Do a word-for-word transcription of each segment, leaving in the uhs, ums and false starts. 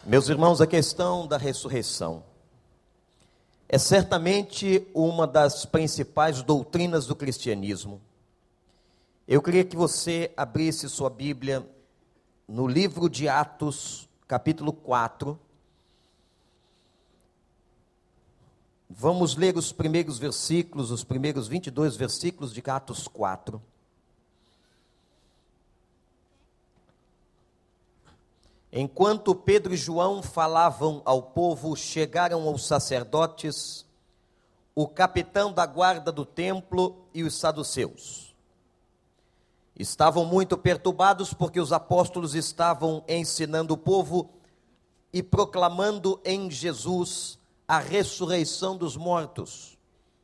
Meus irmãos, a questão da ressurreição é certamente uma das principais doutrinas do cristianismo. Eu queria que você abrisse sua Bíblia no livro de Atos, capítulo quatro. Vamos ler os primeiros versículos, os primeiros vinte e dois versículos de Atos quatro. Enquanto Pedro e João falavam ao povo, chegaram os sacerdotes, o capitão da guarda do templo e os saduceus. Estavam muito perturbados porque os apóstolos estavam ensinando o povo e proclamando em Jesus a ressurreição dos mortos.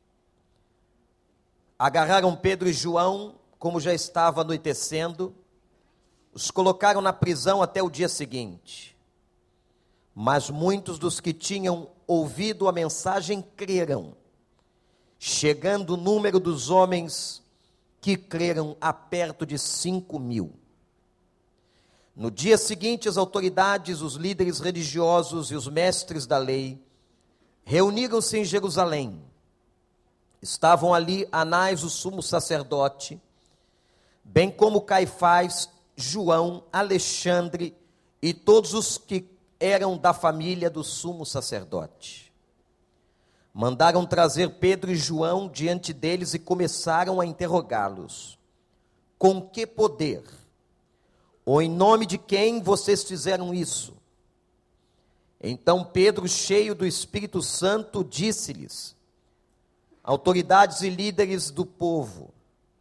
Agarraram Pedro e João, como já estava anoitecendo, os colocaram na prisão até o dia seguinte. Mas muitos dos que tinham ouvido a mensagem creram, chegando o número dos homens que creram a perto de cinco mil. No dia seguinte, as autoridades, os líderes religiosos e os mestres da lei reuniram-se em Jerusalém. Estavam ali Anás, o sumo sacerdote, bem como Caifás, João, Alexandre e todos os que eram da família do sumo sacerdote. Mandaram trazer Pedro e João diante deles e começaram a interrogá-los. Com que poder? Ou em nome de quem vocês fizeram isso? Então Pedro, cheio do Espírito Santo, disse-lhes: autoridades e líderes do povo,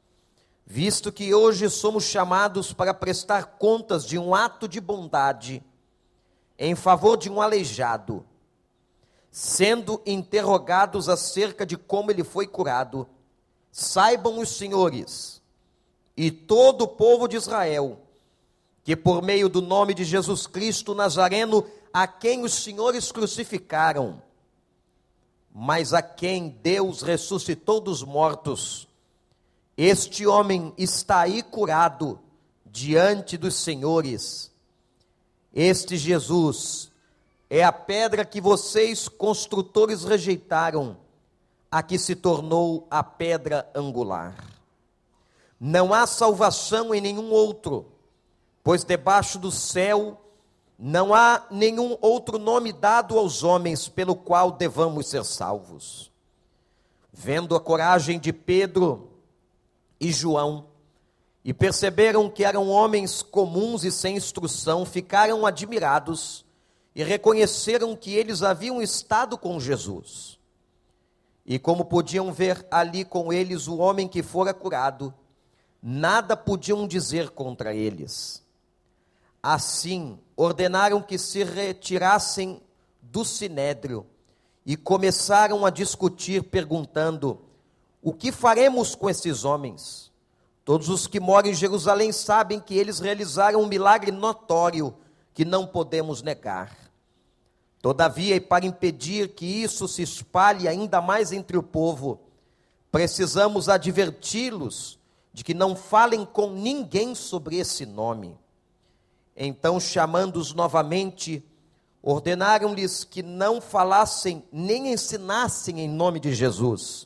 visto que hoje somos chamados para prestar contas de um ato de bondade em favor de um aleijado, sendo interrogados acerca de como ele foi curado, saibam os senhores e todo o povo de Israel, que por meio do nome de Jesus Cristo Nazareno, a quem os senhores crucificaram, mas a quem Deus ressuscitou dos mortos, este homem está aí curado diante dos senhores. Este Jesus é a pedra que vocês, construtores, rejeitaram, a que se tornou a pedra angular. Não há salvação em nenhum outro, pois debaixo do céu não há nenhum outro nome dado aos homens pelo qual devamos ser salvos. Vendo a coragem de Pedro e João, e perceberam que eram homens comuns e sem instrução, ficaram admirados e reconheceram que eles haviam estado com Jesus. E como podiam ver ali com eles o homem que fora curado, nada podiam dizer contra eles. Assim, ordenaram que se retirassem do sinédrio e começaram a discutir, perguntando: o que faremos com esses homens? Todos os que moram em Jerusalém sabem que eles realizaram um milagre notório que não podemos negar. Todavia, e para impedir que isso se espalhe ainda mais entre o povo, precisamos adverti-los de que não falem com ninguém sobre esse nome. Então, chamando-os novamente, ordenaram-lhes que não falassem nem ensinassem em nome de Jesus.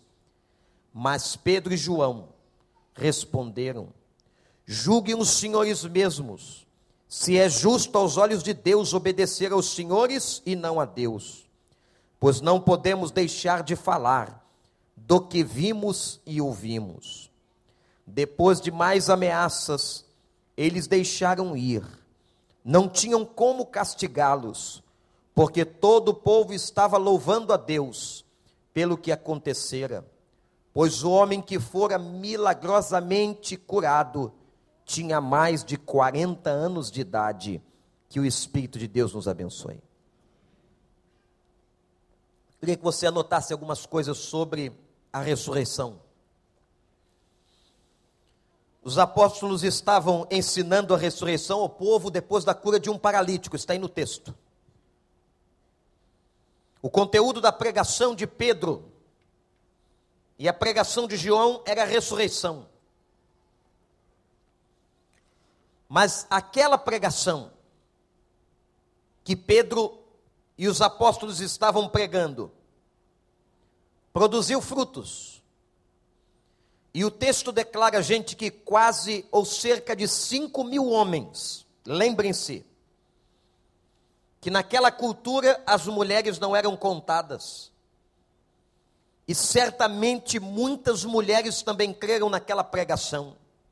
Mas Pedro e João responderam: julguem os senhores mesmos, se é justo aos olhos de Deus obedecer aos senhores e não a Deus, pois não podemos deixar de falar do que vimos e ouvimos. Depois de mais ameaças, eles deixaram ir. Não tinham como castigá-los, porque todo o povo estava louvando a Deus pelo que acontecera. Pois o homem que fora milagrosamente curado tinha mais de quarenta anos de idade. Que o Espírito de Deus nos abençoe. Queria que você anotasse algumas coisas sobre a ressurreição. Os apóstolos estavam ensinando a ressurreição ao povo depois da cura de um paralítico, está aí no texto. O conteúdo da pregação de Pedro e a pregação de João era a ressurreição. Mas aquela pregação que Pedro e os apóstolos estavam pregando produziu frutos. E o texto declara, gente, que quase ou cerca de cinco mil homens, lembrem-se, que naquela cultura as mulheres não eram contadas. E certamente muitas mulheres também creram naquela pregação.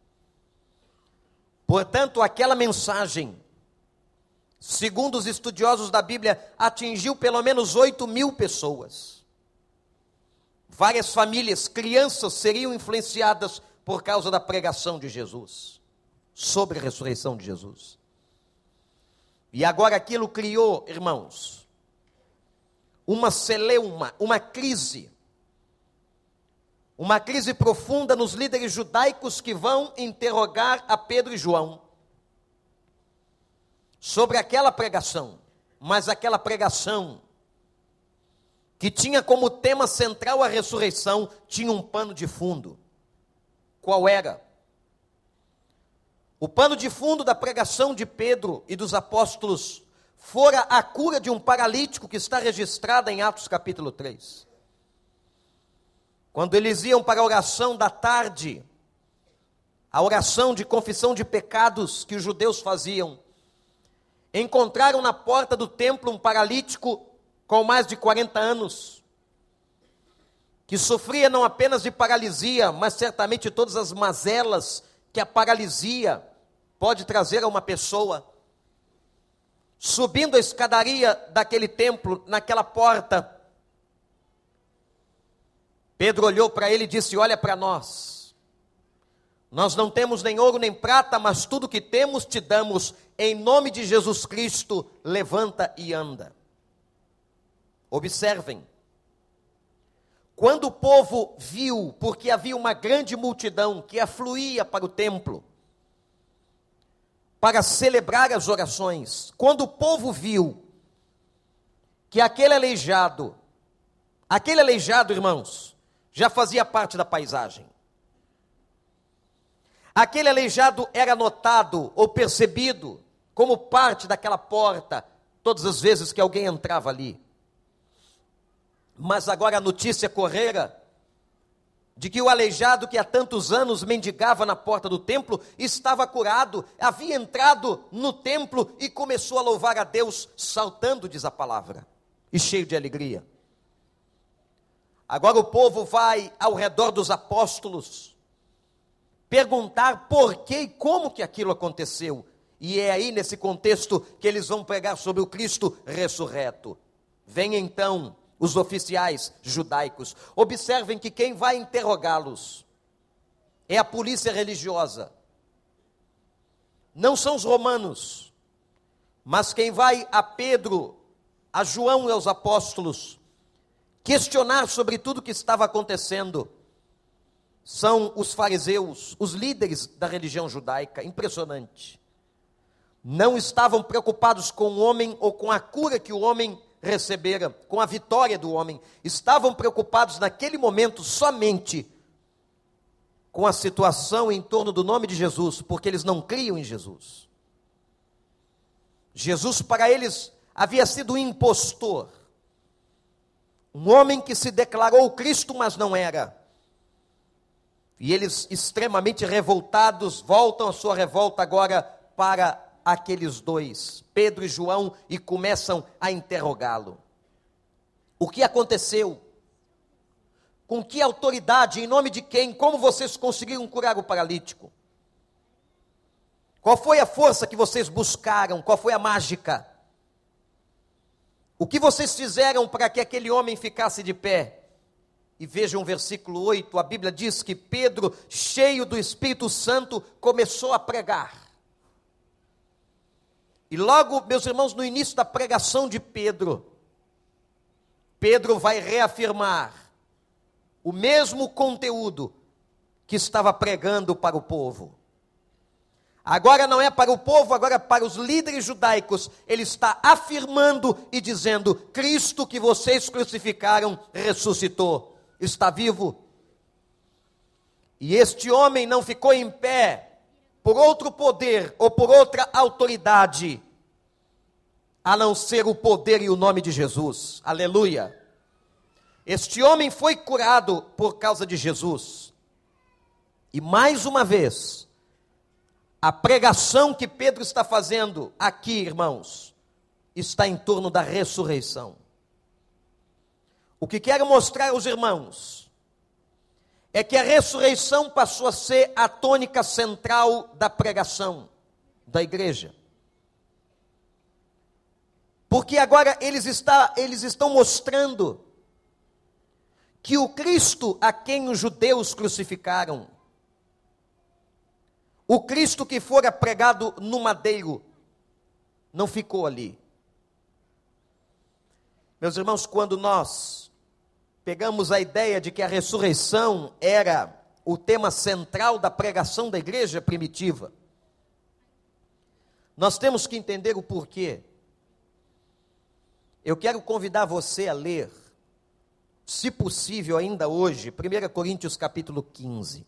Portanto, aquela mensagem, segundo os estudiosos da Bíblia, atingiu pelo menos oito mil pessoas. Várias famílias, crianças seriam influenciadas por causa da pregação de Jesus, sobre a ressurreição de Jesus. E agora aquilo criou, irmãos, uma celeuma, uma crise, uma crise profunda nos líderes judaicos que vão interrogar a Pedro e João sobre aquela pregação, mas aquela pregação que tinha como tema central a ressurreição, tinha um pano de fundo. Qual era? O pano de fundo da pregação de Pedro e dos apóstolos fora a cura de um paralítico que está registrada em Atos capítulo três. Quando eles iam para a oração da tarde, a oração de confissão de pecados que os judeus faziam, encontraram na porta do templo um paralítico com mais de quarenta anos, que sofria não apenas de paralisia, mas certamente todas as mazelas que a paralisia pode trazer a uma pessoa. Subindo a escadaria daquele templo, naquela porta, Pedro olhou para ele e disse: olha para nós, nós não temos nem ouro nem prata, mas tudo que temos te damos, em nome de Jesus Cristo, levanta e anda. Observem, quando o povo viu, porque havia uma grande multidão que afluía para o templo, para celebrar as orações, quando o povo viu que aquele aleijado, aquele aleijado, irmãos, já fazia parte da paisagem, aquele aleijado era notado ou percebido como parte daquela porta, todas as vezes que alguém entrava ali. Mas agora a notícia correra de que o aleijado que há tantos anos mendigava na porta do templo estava curado, havia entrado no templo e começou a louvar a Deus, saltando, diz a palavra, e cheio de alegria. Agora o povo vai ao redor dos apóstolos perguntar por que e como que aquilo aconteceu. E é aí nesse contexto que eles vão pregar sobre o Cristo ressurreto. Vem então os oficiais judaicos. Observem que quem vai interrogá-los é a polícia religiosa. Não são os romanos, mas quem vai a Pedro, a João e aos apóstolos questionar sobre tudo o que estava acontecendo são os fariseus, os líderes da religião judaica. Impressionante. Não estavam preocupados com o homem ou com a cura que o homem recebera, com a vitória do homem. Estavam preocupados naquele momento somente com a situação em torno do nome de Jesus, porque eles não criam em Jesus. Jesus para eles havia sido um impostor, um homem que se declarou Cristo, mas não era. E eles, extremamente revoltados, voltam a sua revolta agora para aqueles dois, Pedro e João, e começam a interrogá-lo. O que aconteceu? Com que autoridade, em nome de quem, como vocês conseguiram curar o paralítico? Qual foi a força que vocês buscaram? Qual foi a mágica? O que vocês fizeram para que aquele homem ficasse de pé? E vejam o versículo oito, a Bíblia diz que Pedro, cheio do Espírito Santo, começou a pregar. E logo, meus irmãos, no início da pregação de Pedro, Pedro vai reafirmar o mesmo conteúdo que estava pregando para o povo. Agora não é para o povo, agora é para os líderes judaicos. Ele está afirmando e dizendo: Cristo que vocês crucificaram ressuscitou, está vivo. E este homem não ficou em pé por outro poder ou por outra autoridade. a não ser o poder e o nome de Jesus. Aleluia. Este homem foi curado por causa de Jesus. E mais uma vez, a pregação que Pedro está fazendo aqui, irmãos, está em torno da ressurreição. O que quero mostrar aos irmãos é que a ressurreição passou a ser a tônica central da pregação da igreja. Porque agora eles, está, eles estão mostrando que o Cristo a quem os judeus crucificaram, o Cristo que fora pregado no madeiro, não ficou ali. Meus irmãos, quando nós pegamos a ideia de que a ressurreição era o tema central da pregação da igreja primitiva, nós temos que entender o porquê. Eu quero convidar você a ler, se possível ainda hoje, primeira Coríntios capítulo quinze.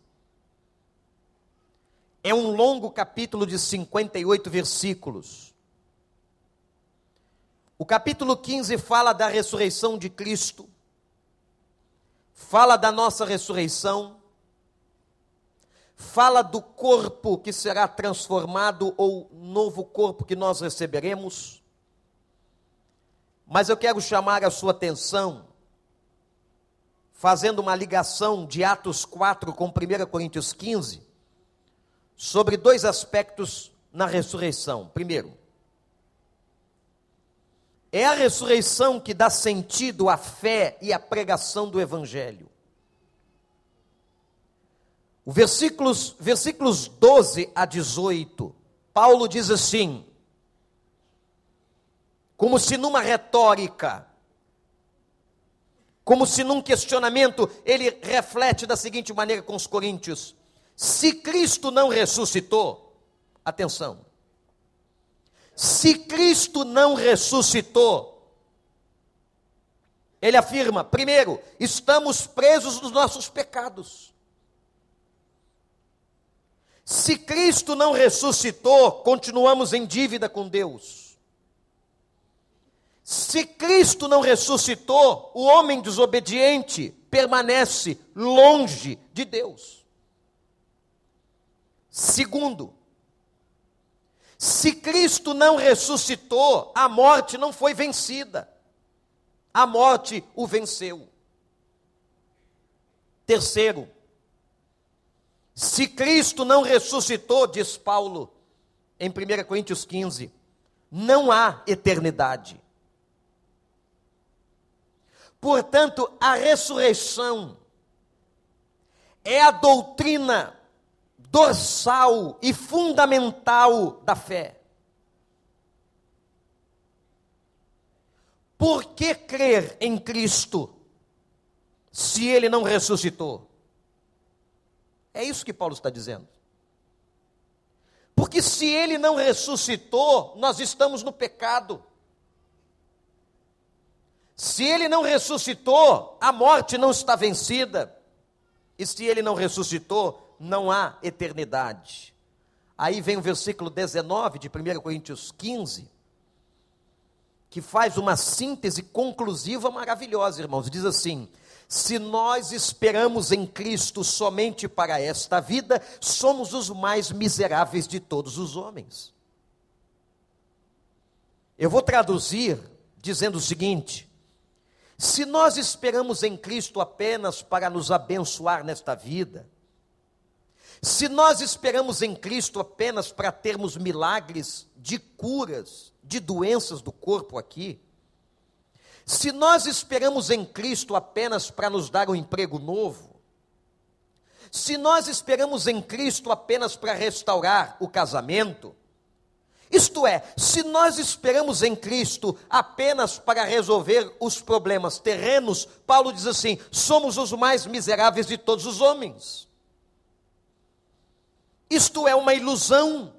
É um longo capítulo de cinquenta e oito versículos. O capítulo quinze fala da ressurreição de Cristo, fala da nossa ressurreição, fala do corpo que será transformado, ou novo corpo que nós receberemos. Mas eu quero chamar a sua atenção, fazendo uma ligação de Atos quatro com primeira Coríntios quinze, sobre dois aspectos na ressurreição. Primeiro, é a ressurreição que dá sentido à fé e à pregação do Evangelho. O versículos, versículos doze a dezoito, Paulo diz assim, como se numa retórica, como se num questionamento, ele reflete da seguinte maneira com os coríntios: se Cristo não ressuscitou, atenção, se Cristo não ressuscitou, ele afirma, primeiro, estamos presos nos nossos pecados. Se Cristo não ressuscitou, continuamos em dívida com Deus. Se Cristo não ressuscitou, o homem desobediente permanece longe de Deus. Segundo, se Cristo não ressuscitou, a morte não foi vencida. A morte o venceu. Terceiro, se Cristo não ressuscitou, diz Paulo, em primeira Coríntios quinze, não há eternidade. Portanto, a ressurreição é a doutrina dorsal e fundamental da fé. Por que crer em Cristo se ele não ressuscitou? É isso que Paulo está dizendo. Porque se ele não ressuscitou, nós estamos no pecado. Se ele não ressuscitou, a morte não está vencida. E se ele não ressuscitou, não há eternidade. Aí vem o versículo dezenove de primeira Coríntios quinze, que faz uma síntese conclusiva maravilhosa, irmãos. Diz assim: se nós esperamos em Cristo somente para esta vida, somos os mais miseráveis de todos os homens. Eu vou traduzir dizendo o seguinte: se nós esperamos em Cristo apenas para nos abençoar nesta vida, se nós esperamos em Cristo apenas para termos milagres de curas, de doenças do corpo aqui, se nós esperamos em Cristo apenas para nos dar um emprego novo, se nós esperamos em Cristo apenas para restaurar o casamento, isto é, se nós esperamos em Cristo apenas para resolver os problemas terrenos, Paulo diz assim: somos os mais miseráveis de todos os homens. Isto é uma ilusão.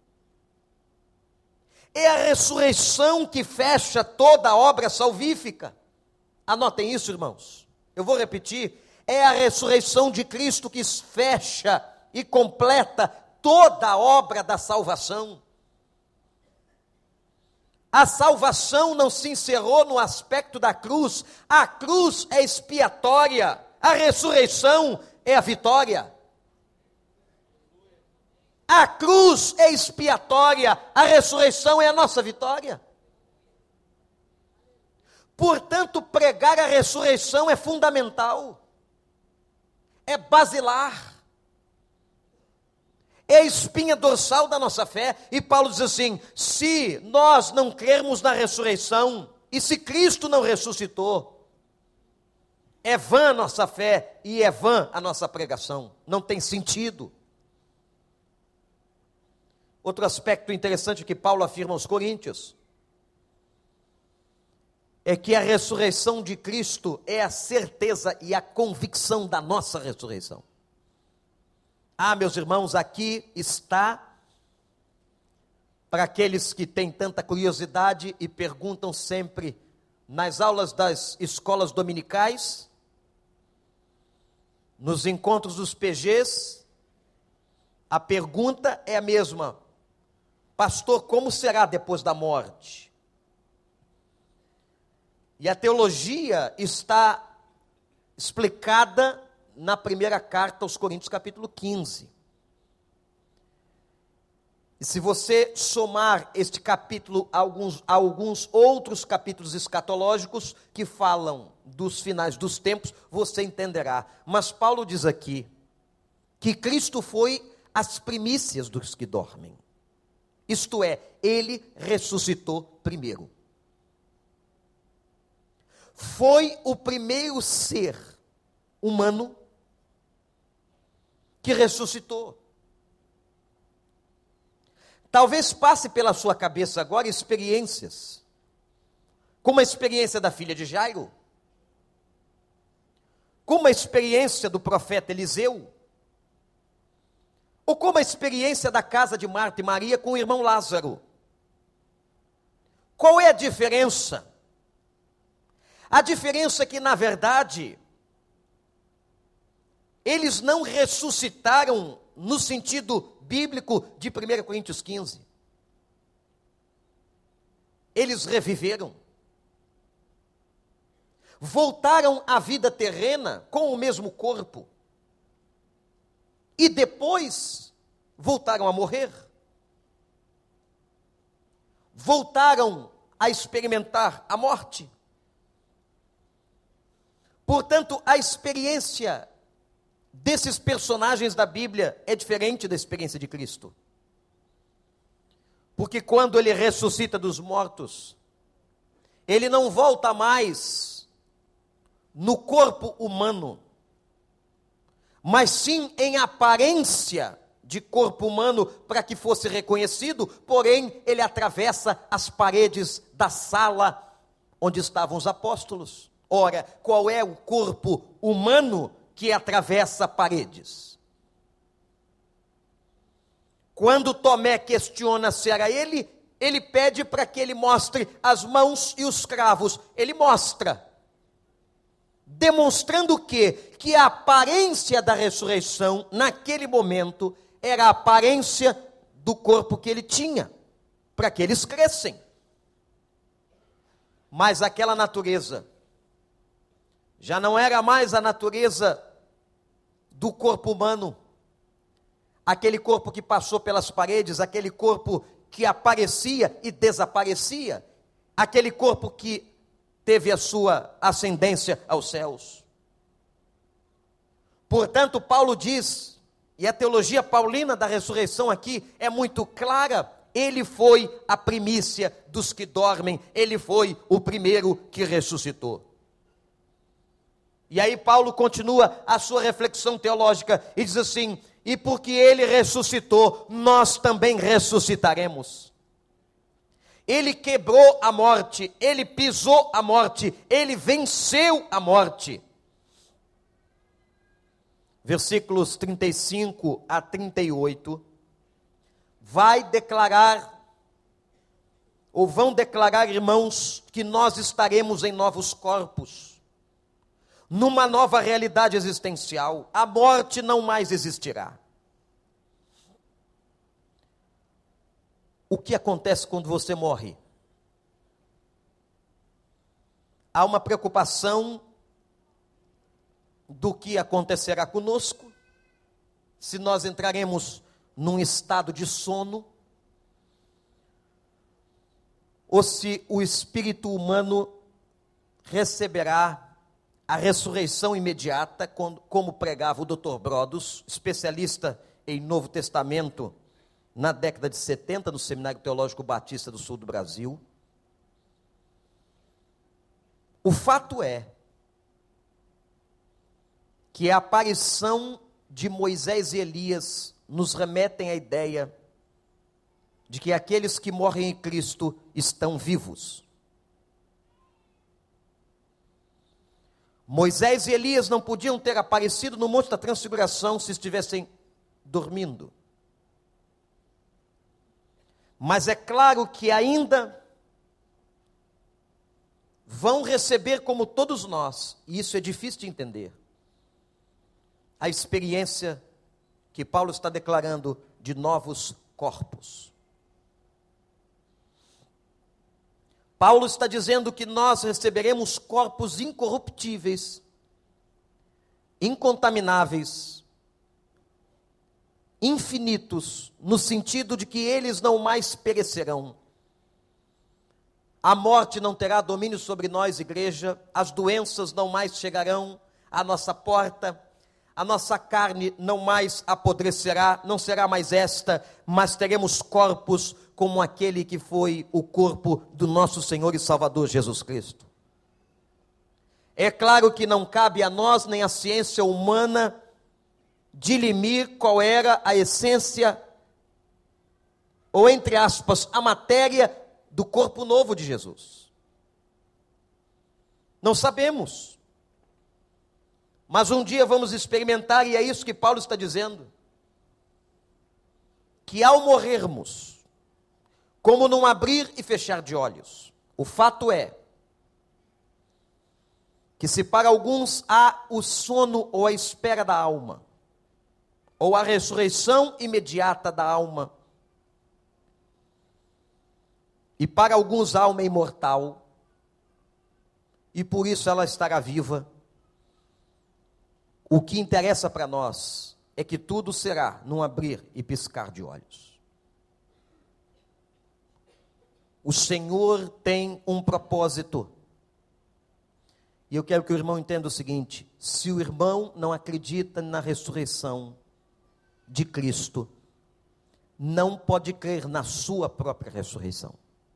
É a ressurreição que fecha toda a obra salvífica. Anotem isso, irmãos. Eu vou repetir. É a ressurreição de Cristo que fecha e completa toda a obra da salvação. A salvação não se encerrou no aspecto da cruz. A cruz é expiatória, a ressurreição é a vitória. A cruz é expiatória, a ressurreição é a nossa vitória. Portanto, pregar a ressurreição é fundamental, é basilar, é a espinha dorsal da nossa fé. E Paulo diz assim: se nós não crermos na ressurreição, e se Cristo não ressuscitou, é vã a nossa fé e é vã a nossa pregação, não tem sentido. Outro aspecto interessante que Paulo afirma aos Coríntios é que a ressurreição de Cristo é a certeza e a convicção da nossa ressurreição. Ah, meus irmãos, aqui está, para aqueles que têm tanta curiosidade e perguntam sempre nas aulas das escolas dominicais, nos encontros dos P Gs, a pergunta é a mesma: pastor, como será depois da morte? E a teologia está explicada na primeira carta aos Coríntios, capítulo quinze. E se você somar este capítulo a alguns, a alguns outros capítulos escatológicos que falam dos finais dos tempos, você entenderá. Mas Paulo diz aqui que Cristo foi as primícias dos que dormem. Isto é, ele ressuscitou primeiro. Foi o primeiro ser humano que ressuscitou. Talvez passe pela sua cabeça agora experiências, como a experiência da filha de Jairo, como a experiência do profeta Eliseu, ou como a experiência da casa de Marta e Maria com o irmão Lázaro. Qual é a diferença? A diferença é que, na verdade, eles não ressuscitaram no sentido bíblico de primeira Coríntios quinze. Eles reviveram. Voltaram à vida terrena com o mesmo corpo. E depois voltaram a morrer. Voltaram a experimentar a morte. Portanto, a experiência desses personagens da Bíblia é diferente da experiência de Cristo. Porque quando ele ressuscita dos mortos, ele não volta mais no corpo humano, mas sim em aparência de corpo humano, para que fosse reconhecido, porém ele atravessa as paredes da sala onde estavam os apóstolos. Ora, qual é o corpo humano que atravessa paredes? Quando Tomé questiona se era ele, ele pede para que ele mostre as mãos e os cravos. Ele mostra, demonstrando o quê? Que a aparência da ressurreição, naquele momento, era a aparência do corpo que ele tinha, para que eles crescem. Mas aquela natureza já não era mais a natureza do corpo humano, aquele corpo que passou pelas paredes, aquele corpo que aparecia e desaparecia, aquele corpo que teve a sua ascendência aos céus. Portanto, Paulo diz, e a teologia paulina da ressurreição aqui é muito clara: ele foi a primícia dos que dormem, ele foi o primeiro que ressuscitou. E aí Paulo continua a sua reflexão teológica e diz assim: e porque ele ressuscitou, nós também ressuscitaremos. Ele quebrou a morte, ele pisou a morte, ele venceu a morte. Versículos trinta e cinco a trinta e oito, vai declarar, ou vão declarar, irmãos, que nós estaremos em novos corpos, numa nova realidade existencial. A morte não mais existirá. O que acontece quando você morre? há uma preocupação do que acontecerá conosco, se nós entraremos num estado de sono, ou se o espírito humano receberá a ressurreição imediata, como pregava o doutor Brodos, especialista em Novo Testamento, na década de setenta, no Seminário Teológico Batista do Sul do Brasil. O fato é que a aparição de Moisés e Elias nos remetem à ideia de que aqueles que morrem em Cristo estão vivos. Moisés e Elias não podiam ter aparecido no Monte da Transfiguração se estivessem dormindo. Mas é claro que ainda vão receber, como todos nós, e isso é difícil de entender, a experiência que Paulo está declarando de novos corpos. Paulo está dizendo que nós receberemos corpos incorruptíveis, incontamináveis, infinitos, no sentido de que eles não mais perecerão. A morte não terá domínio sobre nós, igreja, as doenças não mais chegarão à nossa porta, a nossa carne não mais apodrecerá, não será mais esta, mas teremos corpos como aquele que foi o corpo do nosso Senhor e Salvador Jesus Cristo. É claro que não cabe a nós, nem à ciência humana, dirimir qual era a essência, ou entre aspas, a matéria do corpo novo de Jesus. Não sabemos. Mas um dia vamos experimentar, e é isso que Paulo está dizendo, que ao morrermos, como num abrir e fechar de olhos, o fato é que se para alguns há o sono ou a espera da alma, ou a ressurreição imediata da alma, e para alguns a alma é imortal, e por isso ela estará viva. O que interessa para nós é que tudo será num abrir e piscar de olhos. O Senhor tem um propósito. E eu quero que o irmão entenda o seguinte: se o irmão não acredita na ressurreição de Cristo, não pode crer na sua própria ressurreição.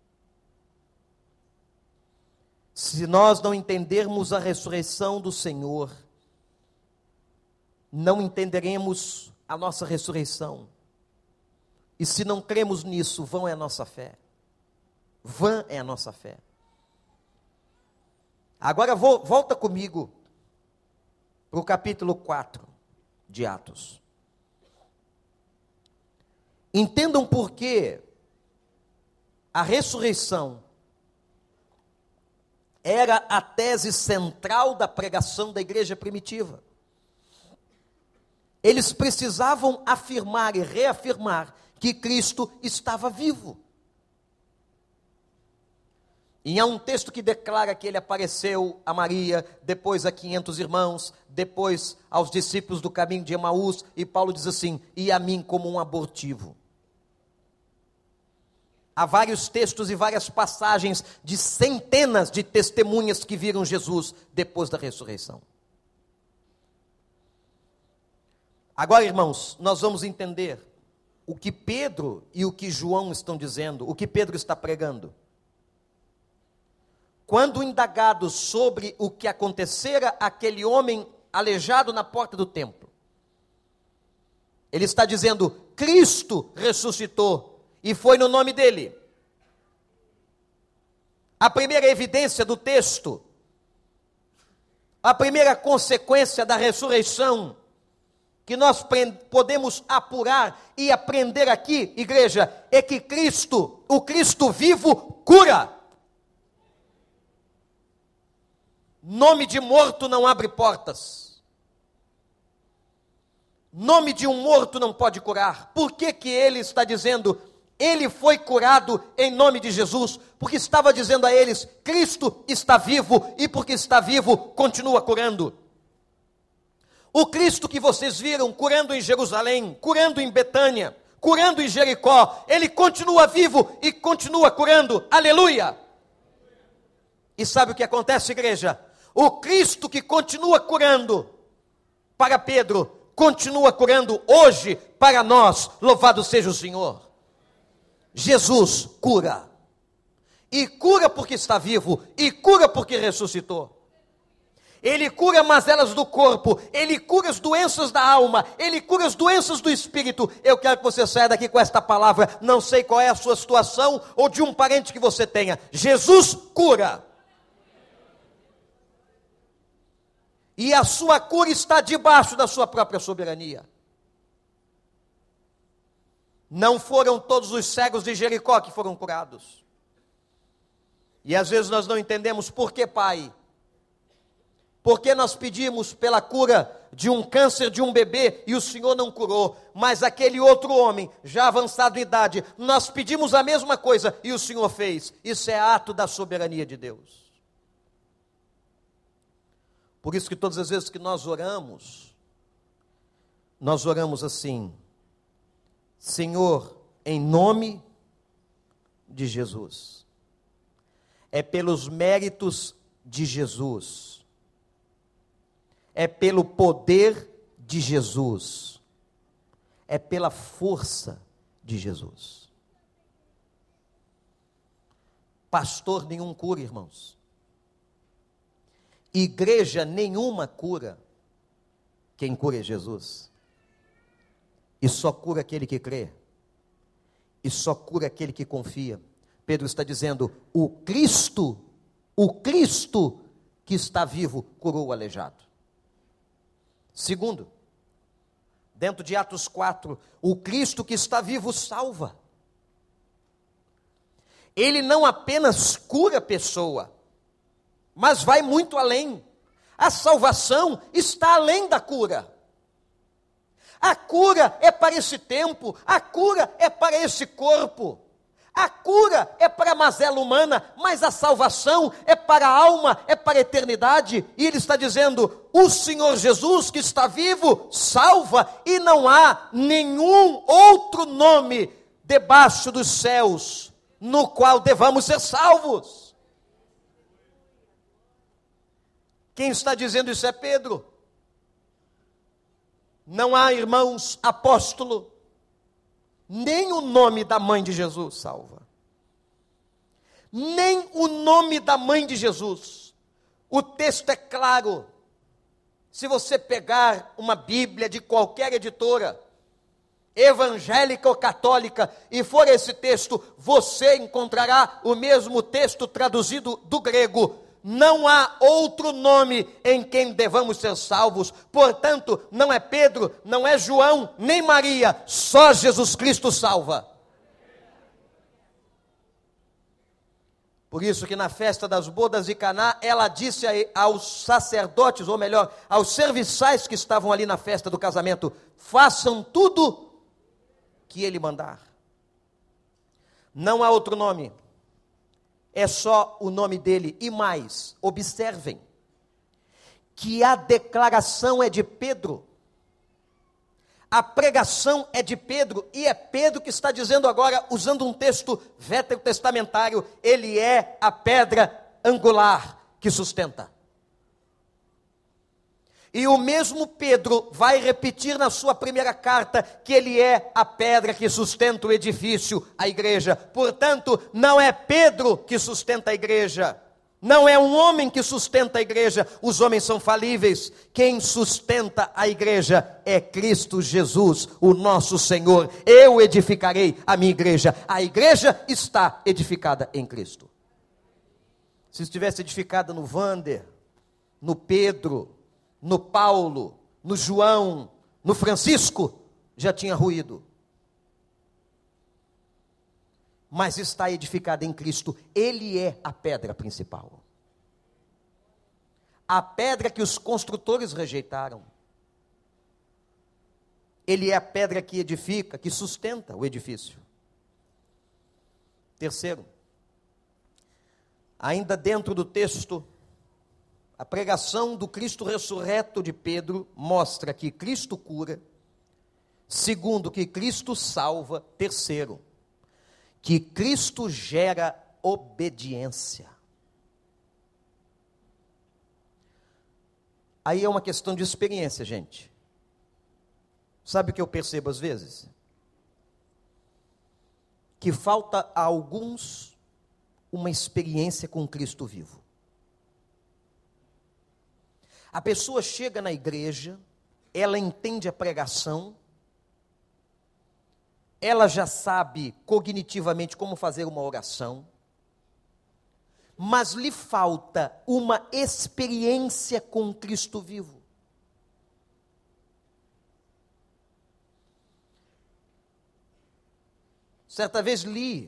Se nós não entendermos a ressurreição do Senhor, não entenderemos a nossa ressurreição. E se não cremos nisso, vã é a nossa fé. Vã é a nossa fé. Agora vou, volta comigo para o capítulo quatro de Atos. Entendam por que a ressurreição era a tese central da pregação da igreja primitiva. Eles precisavam afirmar e reafirmar que Cristo estava vivo. E há um texto que declara que ele apareceu a Maria, depois a quinhentos irmãos, depois aos discípulos do caminho de Emaús, e Paulo diz assim: e a mim como um abortivo. Há vários textos e várias passagens de centenas de testemunhas que viram Jesus depois da ressurreição. Agora, irmãos, nós vamos entender o que Pedro e o que João estão dizendo, o que Pedro está pregando. Quando indagado sobre o que acontecera àquele homem aleijado na porta do templo, ele está dizendo: Cristo ressuscitou, e foi no nome dele. A primeira evidência do texto, a primeira consequência da ressurreição, que nós podemos apurar e aprender aqui, igreja, é que Cristo, o Cristo vivo, cura. Nome de morto não abre portas. Nome de um morto não pode curar. Por que que ele está dizendo Ele foi curado em nome de Jesus, porque estava dizendo a eles: Cristo está vivo, e porque está vivo, continua curando. O Cristo que vocês viram curando em Jerusalém, curando em Betânia, curando em Jericó, ele continua vivo e continua curando. Aleluia! E sabe o que acontece, igreja? O Cristo que continua curando para Pedro, continua curando hoje para nós. Louvado seja o Senhor. Jesus cura. E cura porque está vivo, e cura porque ressuscitou. Ele cura mazelas do corpo, ele cura as doenças da alma, ele cura as doenças do espírito. Eu quero que você saia daqui com esta palavra. Não sei qual é a sua situação ou de um parente que você tenha. Jesus cura. E a sua cura está debaixo da sua própria soberania. Não foram todos os cegos de Jericó que foram curados. E às vezes nós não entendemos por que, Pai. Porque nós pedimos pela cura de um câncer de um bebê e o Senhor não curou, mas aquele outro homem, já avançado em idade, nós pedimos a mesma coisa e o Senhor fez. Isso é ato da soberania de Deus. Por isso que todas as vezes que nós oramos, nós oramos assim: Senhor, em nome de Jesus. É pelos méritos de Jesus. É pelo poder de Jesus. É pela força de Jesus. Pastor nenhum cura, irmãos. Igreja nenhuma cura. Quem cura é Jesus. E só cura aquele que crê. E só cura aquele que confia. Pedro está dizendo: o Cristo, o Cristo que está vivo, curou o aleijado. Segundo, dentro de Atos quatro, o Cristo que está vivo salva. Ele não apenas cura a pessoa, mas vai muito além. A salvação está além da cura. A cura é para esse tempo, a cura é para esse corpo. A cura é para a mazela humana, mas a salvação é para a alma, é para a eternidade. E ele está dizendo: o Senhor Jesus que está vivo, salva, e não há nenhum outro nome debaixo dos céus no qual devamos ser salvos. Quem está dizendo isso é Pedro. Não há, irmãos, apóstolo, nem o nome da mãe de Jesus salva. Nem o nome da mãe de Jesus. O texto é claro. Se você pegar uma Bíblia de qualquer editora, evangélica ou católica, e for esse texto, você encontrará o mesmo texto traduzido do grego. Não há outro nome em quem devamos ser salvos. Portanto, não é Pedro, não é João, nem Maria, só Jesus Cristo salva. Por isso que na festa das bodas de Caná, ela disse aos sacerdotes, ou melhor, aos serviçais que estavam ali na festa do casamento: façam tudo que ele mandar. Não há outro nome. É só o nome dele. E mais, observem, que a declaração é de Pedro, a pregação é de Pedro, e é Pedro que está dizendo agora, usando um texto veterotestamentário: ele é a pedra angular que sustenta. E o mesmo Pedro vai repetir na sua primeira carta que ele é a pedra que sustenta o edifício, a igreja. Portanto, não é Pedro que sustenta a igreja, não é um homem que sustenta a igreja, os homens são falíveis. Quem sustenta a igreja é Cristo Jesus, o nosso Senhor. Eu edificarei a minha igreja. A igreja está edificada em Cristo. Se estivesse edificada no Wander, no Pedro, no Paulo, no João, no Francisco, já tinha ruído. Mas está edificada em Cristo. Ele é a pedra principal. A pedra que os construtores rejeitaram. Ele é a pedra que edifica, que sustenta o edifício. Terceiro, ainda dentro do texto, a pregação do Cristo ressurreto de Pedro mostra que Cristo cura. Segundo, que Cristo salva. Terceiro, que Cristo gera obediência. Aí é uma questão de experiência, gente. Sabe o que eu percebo às vezes? Que falta a alguns uma experiência com Cristo vivo. A pessoa chega na igreja, ela entende a pregação, ela já sabe cognitivamente como fazer uma oração, mas lhe falta uma experiência com Cristo vivo. Certa vez li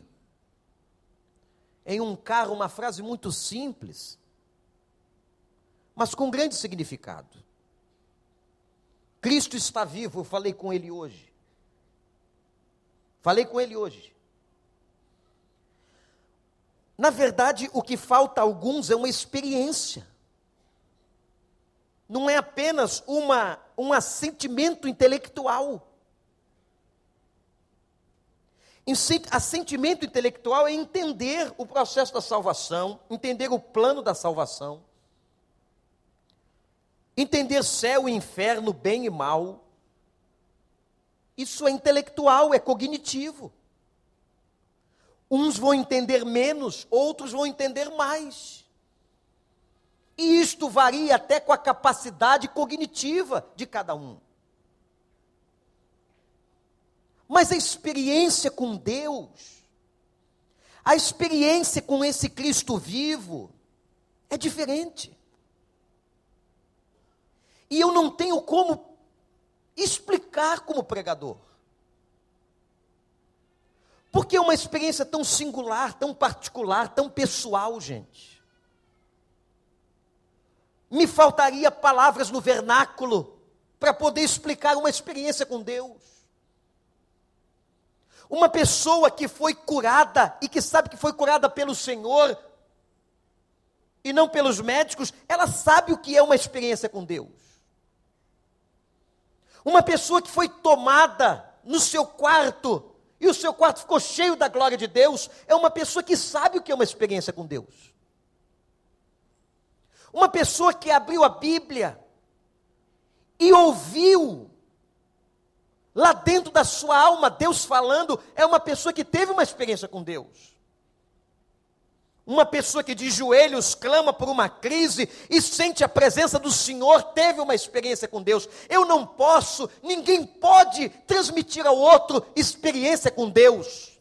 em um carro uma frase muito simples, mas com grande significado. Cristo está vivo, eu falei com ele hoje. Falei com ele hoje. Na verdade, o que falta a alguns é uma experiência. Não é apenas uma, um assentimento intelectual. Assentimento intelectual é entender o processo da salvação, entender o plano da salvação, entender céu e inferno, bem e mal. Isso é intelectual, é cognitivo. Uns vão entender menos, outros vão entender mais. E isto varia até com a capacidade cognitiva de cada um. Mas a experiência com Deus, a experiência com esse Cristo vivo, é diferente. E eu não tenho como explicar como pregador. Porque é uma experiência tão singular, tão particular, tão pessoal, gente. Me faltaria palavras no vernáculo para poder explicar uma experiência com Deus. Uma pessoa que foi curada e que sabe que foi curada pelo Senhor e não pelos médicos, ela sabe o que é uma experiência com Deus. Uma pessoa que foi tomada no seu quarto e o seu quarto ficou cheio da glória de Deus, é uma pessoa que sabe o que é uma experiência com Deus. Uma pessoa que abriu a Bíblia e ouviu lá dentro da sua alma Deus falando, é uma pessoa que teve uma experiência com Deus. Uma pessoa que de joelhos clama por uma crise e sente a presença do Senhor, teve uma experiência com Deus. Eu não posso, ninguém pode transmitir ao outro experiência com Deus.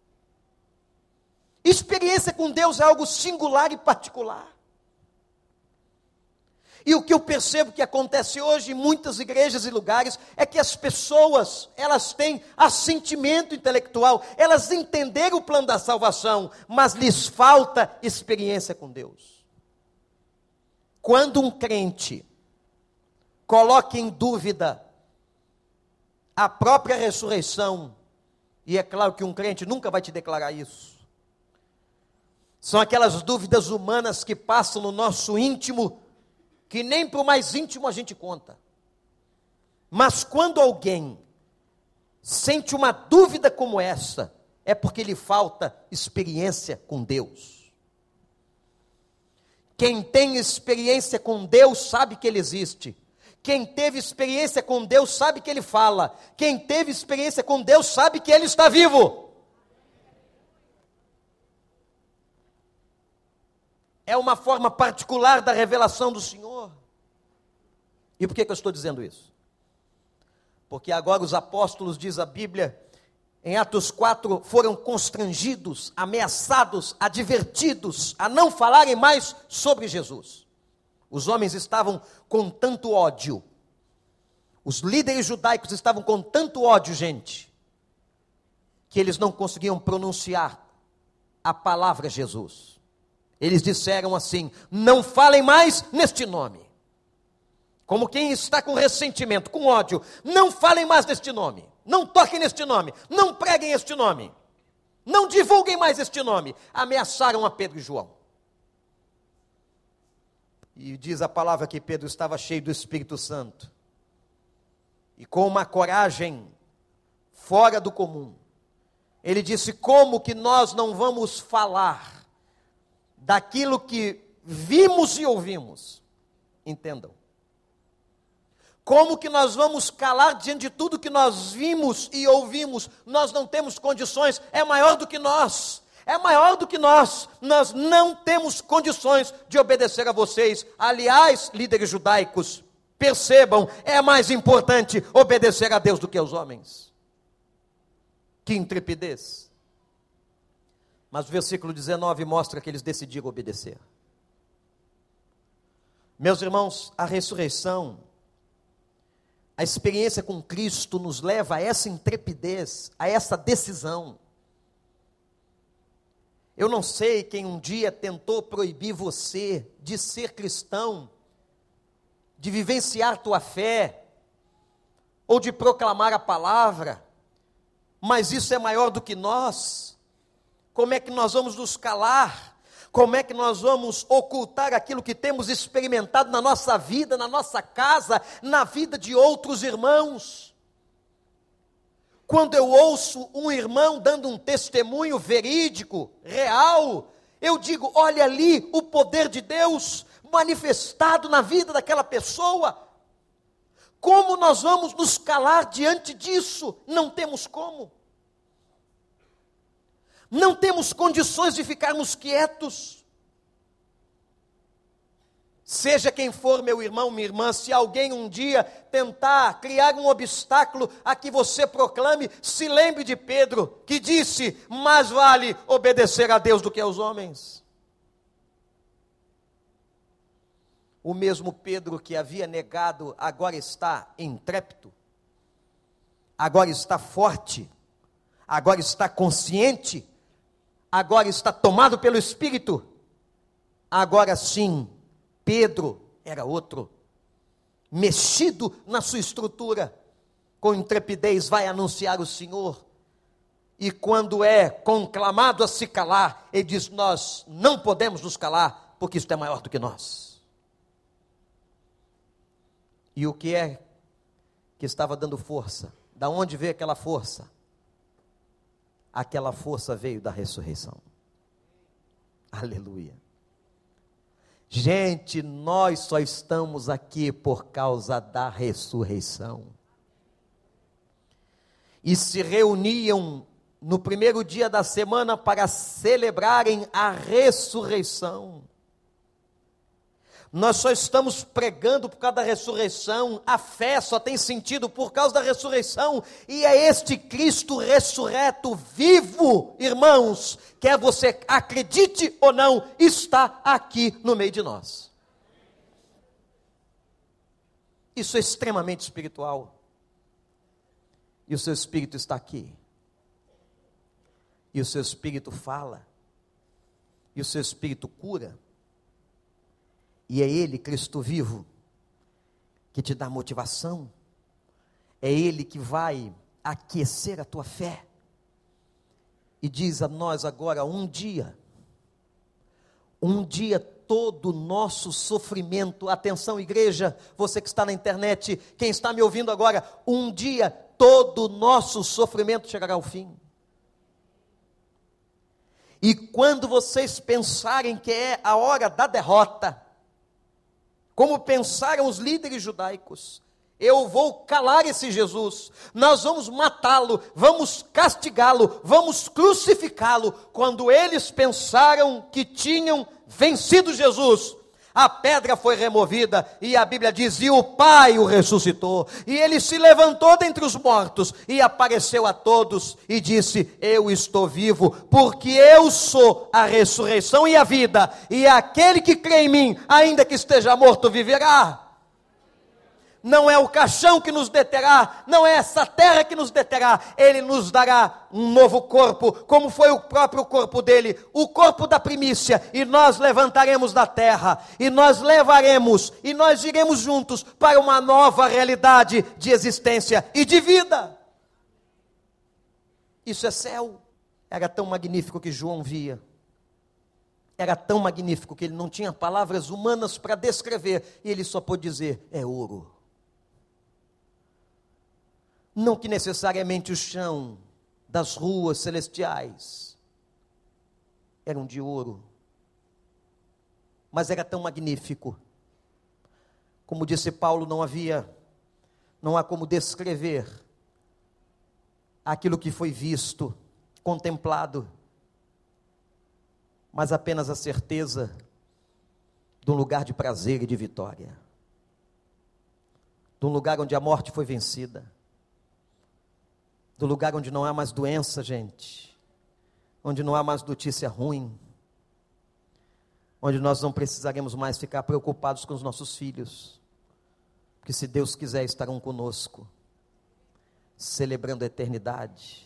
Experiência com Deus é algo singular e particular. E o que eu percebo que acontece hoje em muitas igrejas e lugares é que as pessoas, elas têm assentimento intelectual, elas entenderam o plano da salvação, mas lhes falta experiência com Deus. Quando um crente coloca em dúvida a própria ressurreição, e é claro que um crente nunca vai te declarar isso, são aquelas dúvidas humanas que passam no nosso íntimo, que nem para o mais íntimo a gente conta. Mas quando alguém sente uma dúvida como essa, é porque lhe falta experiência com Deus. Quem tem experiência com Deus sabe que Ele existe. Quem teve experiência com Deus sabe que Ele fala. Quem teve experiência com Deus sabe que Ele está vivo. É uma forma particular da revelação do Senhor. E por que, que eu estou dizendo isso? Porque agora os apóstolos, diz a Bíblia, em Atos quatro, foram constrangidos, ameaçados, advertidos a não falarem mais sobre Jesus. Os homens estavam com tanto ódio. Os líderes judaicos estavam com tanto ódio, gente, que eles não conseguiam pronunciar a palavra Jesus. Eles disseram assim: não falem mais neste nome. Como quem está com ressentimento, com ódio. Não falem mais neste nome. Não toquem neste nome. Não preguem este nome. Não divulguem mais este nome. Ameaçaram a Pedro e João. E diz a palavra que Pedro estava cheio do Espírito Santo. E com uma coragem fora do comum. Ele disse: como que nós não vamos falar daquilo que vimos e ouvimos? Entendam. Como que nós vamos calar diante de tudo que nós vimos e ouvimos? Nós não temos condições, é maior do que nós, é maior do que nós, nós não temos condições de obedecer a vocês. Aliás, líderes judaicos, percebam, é mais importante obedecer a Deus do que aos homens. Que intrepidez! Mas o versículo dezenove mostra que eles decidiram obedecer. Meus irmãos, a ressurreição, a experiência com Cristo nos leva a essa intrepidez, a essa decisão. Eu não sei quem um dia tentou proibir você de ser cristão, de vivenciar tua fé, ou de proclamar a palavra, mas isso é maior do que nós. Como é que nós vamos nos calar? Como é que nós vamos ocultar aquilo que temos experimentado na nossa vida, na nossa casa, na vida de outros irmãos? Quando eu ouço um irmão dando um testemunho verídico, real, eu digo: olha ali o poder de Deus manifestado na vida daquela pessoa. Como nós vamos nos calar diante disso? Não temos como. Não temos condições de ficarmos quietos. Seja quem for, meu irmão, minha irmã, se alguém um dia tentar criar um obstáculo a que você proclame, se lembre de Pedro, que disse: mais vale obedecer a Deus do que aos homens. O mesmo Pedro que havia negado, agora está intrépido, agora está forte, agora está consciente, agora está tomado pelo Espírito. Agora sim, Pedro era outro, mexido na sua estrutura, com intrepidez vai anunciar o Senhor, e quando é conclamado a se calar, ele diz: nós não podemos nos calar, porque isto é maior do que nós. E o que é que estava dando força? Da onde veio aquela força? Aquela força veio da ressurreição. Aleluia. Gente, nós só estamos aqui por causa da ressurreição. E se reuniam no primeiro dia da semana para celebrarem a ressurreição. Nós só estamos pregando por causa da ressurreição, a fé só tem sentido por causa da ressurreição, e é este Cristo ressurreto, vivo, irmãos, quer você acredite ou não, está aqui no meio de nós. Isso é extremamente espiritual, e o seu Espírito está aqui, e o seu Espírito fala, e o seu Espírito cura. E é Ele, Cristo vivo, que te dá motivação, é Ele que vai aquecer a tua fé, e diz a nós agora: um dia, um dia todo o nosso sofrimento, atenção igreja, você que está na internet, quem está me ouvindo agora, um dia todo o nosso sofrimento chegará ao fim. E quando vocês pensarem que é a hora da derrota, como pensaram os líderes judaicos, eu vou calar esse Jesus, nós vamos matá-lo, vamos castigá-lo, vamos crucificá-lo. Quando eles pensaram que tinham vencido Jesus, a pedra foi removida, e a Bíblia diz: e o Pai o ressuscitou, e ele se levantou dentre os mortos, e apareceu a todos, e disse: eu estou vivo, porque eu sou a ressurreição e a vida, e aquele que crê em mim, ainda que esteja morto, viverá. Não é o caixão que nos deterá, não é essa terra que nos deterá, Ele nos dará um novo corpo, como foi o próprio corpo dele, o corpo da primícia, e nós levantaremos da terra, e nós levaremos, e nós iremos juntos para uma nova realidade de existência e de vida. Isso é céu, Era tão magnífico que João via. Era tão magnífico que ele não tinha palavras humanas para descrever. E ele só pôde dizer, é ouro. Não que necessariamente o chão das ruas celestiais eram de ouro. Mas era tão magnífico. Como disse Paulo, não havia, não há como descrever aquilo que foi visto, contemplado, mas apenas a certeza de um lugar de prazer e de vitória, de um lugar onde a morte foi vencida, do lugar onde não há mais doença, gente, onde não há mais notícia ruim, onde nós não precisaremos mais ficar preocupados com os nossos filhos, porque se Deus quiser estarão conosco, celebrando a eternidade,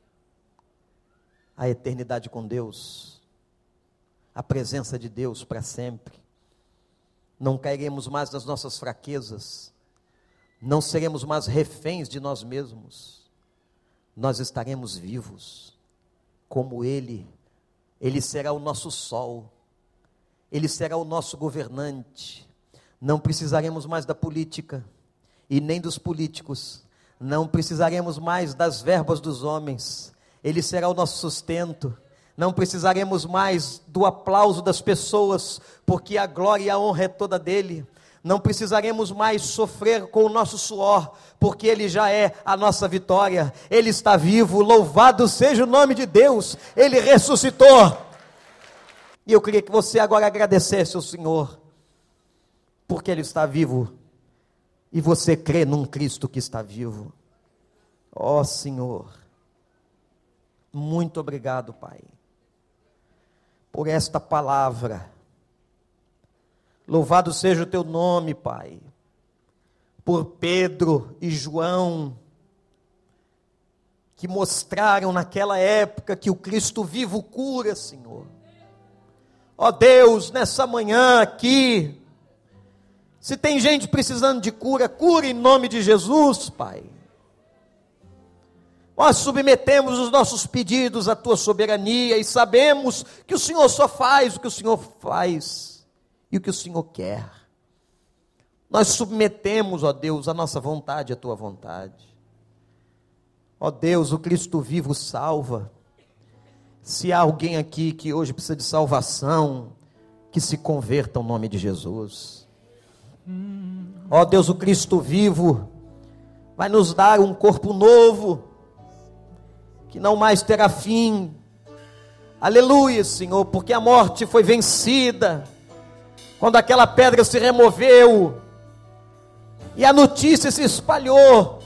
a eternidade com Deus, a presença de Deus para sempre. Não cairemos mais nas nossas fraquezas, não seremos mais reféns de nós mesmos, nós estaremos vivos, como Ele, Ele será o nosso sol, Ele será o nosso governante, não precisaremos mais da política, e nem dos políticos, não precisaremos mais das verbas dos homens, Ele será o nosso sustento, não precisaremos mais do aplauso das pessoas, porque a glória e a honra é toda dEle, não precisaremos mais sofrer com o nosso suor, porque Ele já é a nossa vitória, Ele está vivo, louvado seja o nome de Deus, Ele ressuscitou, e eu queria que você agora agradecesse ao Senhor, porque Ele está vivo, e você crê num Cristo que está vivo. Ó Senhor, muito obrigado, Pai, por esta palavra. Louvado seja o teu nome, Pai, por Pedro e João, que mostraram naquela época que o Cristo vivo cura, Senhor. Ó Deus, nessa manhã aqui, se tem gente precisando de cura, cura em nome de Jesus, Pai. Nós submetemos os nossos pedidos à tua soberania e sabemos que o Senhor só faz o que o Senhor faz e o que o Senhor quer. Nós submetemos, ó Deus, a nossa vontade à tua vontade. Ó Deus, o Cristo vivo salva. Se há alguém aqui que hoje precisa de salvação, que se converta ao nome de Jesus. Ó Deus, o Cristo vivo vai nos dar um corpo novo, que não mais terá fim. Aleluia, Senhor, porque a morte foi vencida, quando aquela pedra se removeu, e a notícia se espalhou,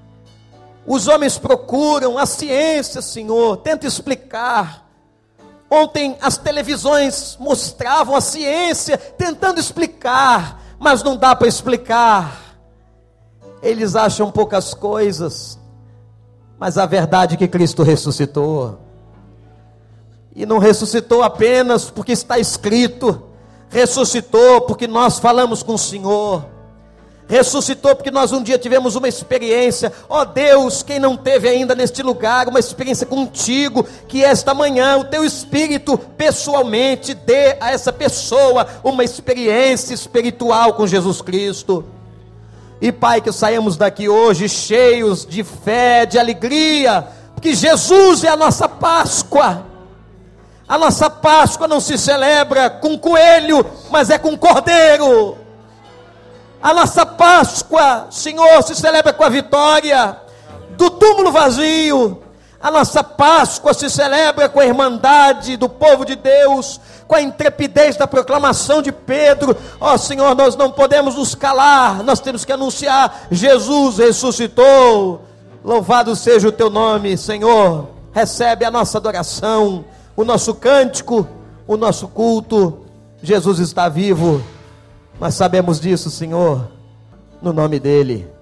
os homens procuram, a ciência, Senhor, tenta explicar. Ontem as televisões mostravam a ciência tentando explicar, mas não dá para explicar. Eles acham poucas coisas, mas a verdade é que Cristo ressuscitou, e não ressuscitou apenas porque está escrito, ressuscitou porque nós falamos com o Senhor, ressuscitou porque nós um dia tivemos uma experiência. Ó Deus, quem não teve ainda neste lugar uma experiência contigo, que esta manhã o teu Espírito pessoalmente dê a essa pessoa uma experiência espiritual com Jesus Cristo. E Pai, que saímos daqui hoje cheios de fé, de alegria, porque Jesus é a nossa Páscoa. A nossa Páscoa não se celebra com coelho, mas é com cordeiro. A nossa Páscoa, Senhor, se celebra com a vitória do túmulo vazio. A nossa Páscoa se celebra com a irmandade do povo de Deus, com a intrepidez da proclamação de Pedro. Ó Senhor, nós não podemos nos calar, nós temos que anunciar: Jesus ressuscitou. Louvado seja o teu nome, Senhor. Recebe a nossa adoração, o nosso cântico, o nosso culto. Jesus está vivo, nós sabemos disso, Senhor, no nome dele.